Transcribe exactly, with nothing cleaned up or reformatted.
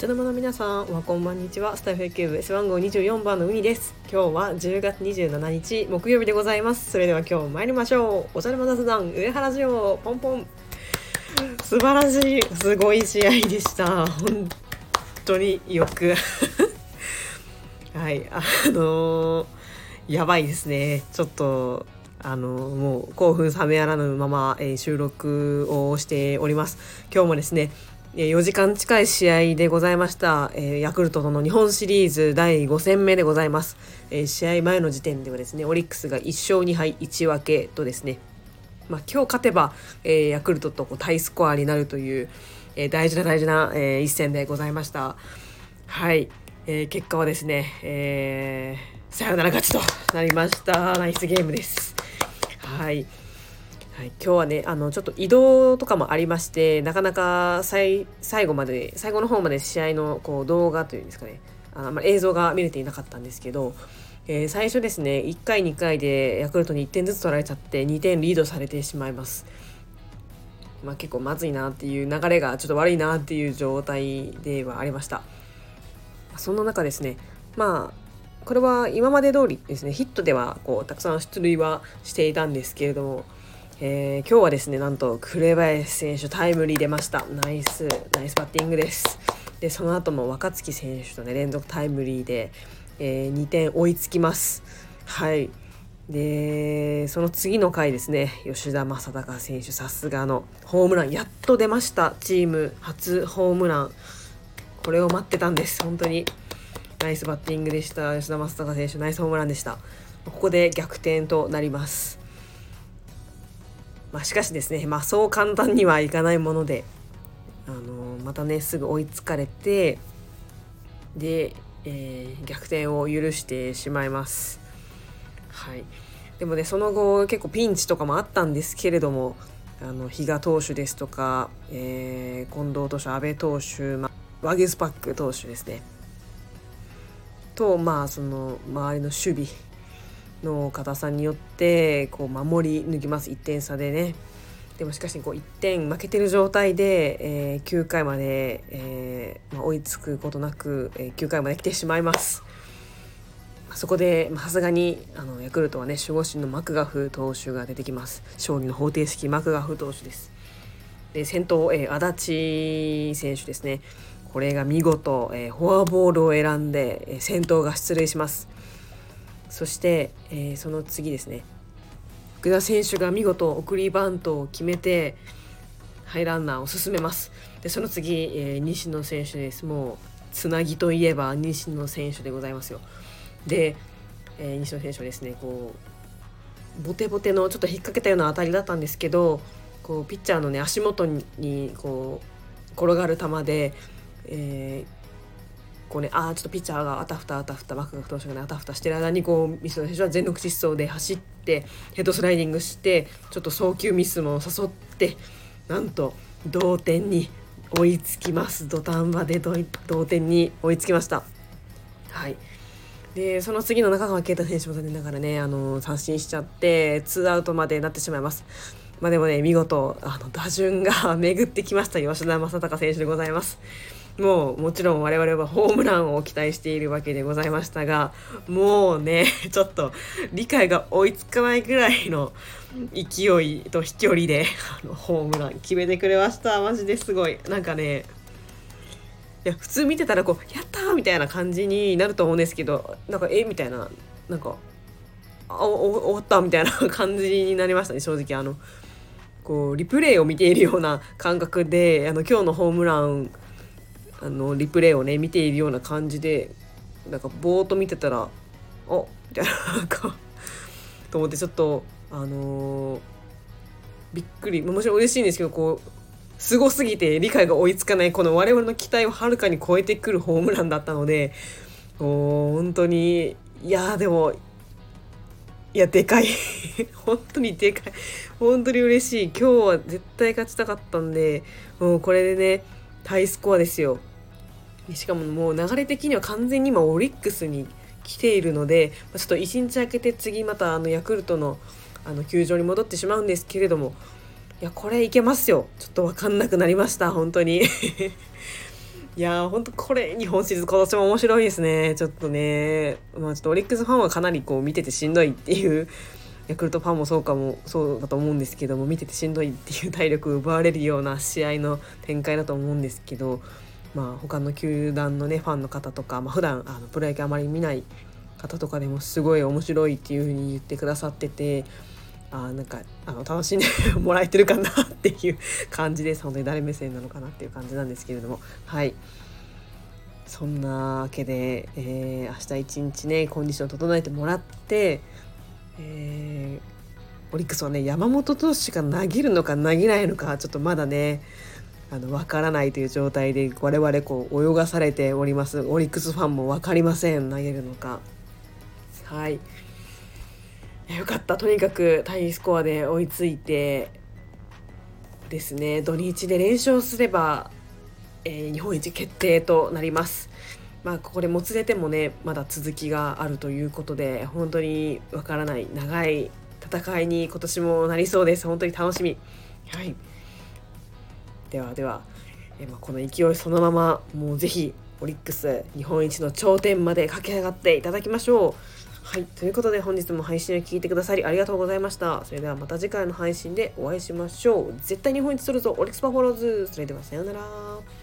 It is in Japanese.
茶の間の皆さん、おはこんばんにちは。スタイフ野球部背番号にじゅうよんばんのウニです。今日はじゅうがつにじゅうしちにち木曜日でございます。それでは今日参りましょう。お茶の間雑談上原ジオポンポン。素晴らしい、すごい試合でした。本当によくはいあのー、やばいですね。ちょっとあのもう興奮冷めやらぬまま、えー、収録をしております。今日もですねよじかん近い試合でございました、えー、ヤクルトとの日本シリーズだいご戦目でございます、えー、試合前の時点ではですねオリックスがいっしょうにはいいち分けとですね、まあ、今日勝てば、えー、ヤクルトとこうタイスコアになるという、えー、大事な大事な、えー、一戦でございました。はい、えー、結果はですね、えー、サヨナラ勝ちとなりました。ナイスゲームです。はいはい、今日はねあのちょっと移動とかもありまして、なかなか最最後まで最後の方まで試合のこう動画というんですかね、あ、まあ、映像が見れていなかったんですけど、えー、最初ですねいっかいにかいでヤクルトにいってんずつ取られちゃってにてんリードされてしまいます。まあ、結構まずいなっていう、流れがちょっと悪いなっていう状態ではありました。そんな中ですね、まあこれは今まで通りですね、ヒットではこうたくさん出塁はしていたんですけれども、えー、今日はですねなんと紅林選手タイムリー出ました。ナイスナイスバッティングです。でその後も若月選手とね連続タイムリーで、えー、にてん追いつきます。はいでその次の回ですね、吉田正尚選手さすがのホームランやっと出ました。チーム初ホームラン、これを待ってたんです。本当にナイスバッティングでした。吉田正尚選手ナイスホームランでした。ここで逆転となります。まあ、しかしですね、まあ、そう簡単にはいかないもので、あのまたねすぐ追いつかれてで、えー、逆転を許してしまいます。はい、でもねその後結構ピンチとかもあったんですけれども、あの比嘉投手ですとか、えー、近藤投手、阿部投手、ま、ワゲスパック投手ですねと、まあその周りの守備の硬さによってこう守り抜きます。いってん差でね。でもしかしこういってん負けてる状態で、えー、きゅうかいまで、えーまあ、追いつくことなく、えー、きゅうかいまで来てしまいます。そこでさすがにあのヤクルトはね守護神のマクガフ投手が出てきます。勝利の方程式マクガフ投手です。で先頭、えー、足立選手ですね。これが見事、えー、フォアボールを選んで、えー、先頭が出塁します。そして、えー、その次ですね、福田選手が見事送りバントを決めてハイランナーを進めます。でその次、えー、西野選手です。もうつなぎといえば西野選手でございますよ。で、えー、西野選手はですねこうボテボテのちょっと引っ掛けたような当たりだったんですけど、こうピッチャーのね足元にこう転がる球で、えーこうね、あーちょっとピッチャーがあたふたあたふたマクガフ投手がねあたふたしてる間にこう西野選手は全力疾走で走ってヘッドスライディングしてちょっと送球ミスも誘ってなんと同点に追いつきます。土壇場で同点に追いつきました。はいでその次の中川圭太選手も残念ながらねあの三振しちゃってツーアウトまでなってしまいます。まあでもね見事あの打順が巡ってきました吉田正尚選手でございます。もうもちろん我々はホームランを期待しているわけでございましたが、もうねちょっと理解が追いつかないぐらいの勢いと飛距離であのホームラン決めてくれました。マジですごい。なんかねいや普通見てたらこうやったーみたいな感じになると思うんですけど、なんかえみたいな、なんかあお終わったみたいな感じになりましたね。正直あのこうリプレイを見ているような感覚で、あの今日のホームランあのリプレイをね見ているような感じで、なんかぼーっと見てたらおみたいななんかと思ってちょっとあのー、びっくり、もちろん嬉しいんですけど、こうすごすぎて理解が追いつかない、この我々の期待をはるかに超えてくるホームランだったので、もう本当にいやでもいやでかい本当にでかい、本当に嬉しい。今日は絶対勝ちたかったんで、もうこれでねタイスコアですよ。しかももう流れ的には完全に今オリックスに来ているので、ちょっといちにち空けて次またあのヤクルトのあの球場に戻ってしまうんですけれども、いやこれいけますよ。ちょっと分かんなくなりました本当にいやーほんとこれ日本シリーズ今年も面白いですね。ちょっとね、まあちょっとオリックスファンはかなりこう見ててしんどいっていう、ヤクルトファンもそうかもそうだと思うんですけども、見ててしんどいっていう体力を奪われるような試合の展開だと思うんですけど、まあ他の球団のねファンの方とか、まあ、普段あのプロ野球あまり見ない方とかでもすごい面白いっていう風に言ってくださってて、あなんかあの楽しんでもらえてるかなっていう感じです。本当に誰目線なのかなっていう感じなんですけれども、はい、そんなわけで、えー、明日一日ねコンディション整えてもらって、えー、オリックスはね山本投手が投げるのか投げないのかちょっとまだねあの分からないという状態で我々こう泳がされております。オリックスファンも分かりません、投げるのか。はい、よかった。とにかくタイスコアで追いついてですね、土日で連勝すれば、えー、日本一決定となります。まあここでもつれてもねまだ続きがあるということで、本当にわからない長い戦いに今年もなりそうです。本当に楽しみ。はい、ではでは、えーまあ、この勢いそのままもうぜひオリックス日本一の頂点まで駆け上がっていただきましょう。はい、ということで本日も配信を聞いてくださりありがとうございました。それではまた次回の配信でお会いしましょう。絶対日本一取るぞオリックスバファローズ。それではさようなら。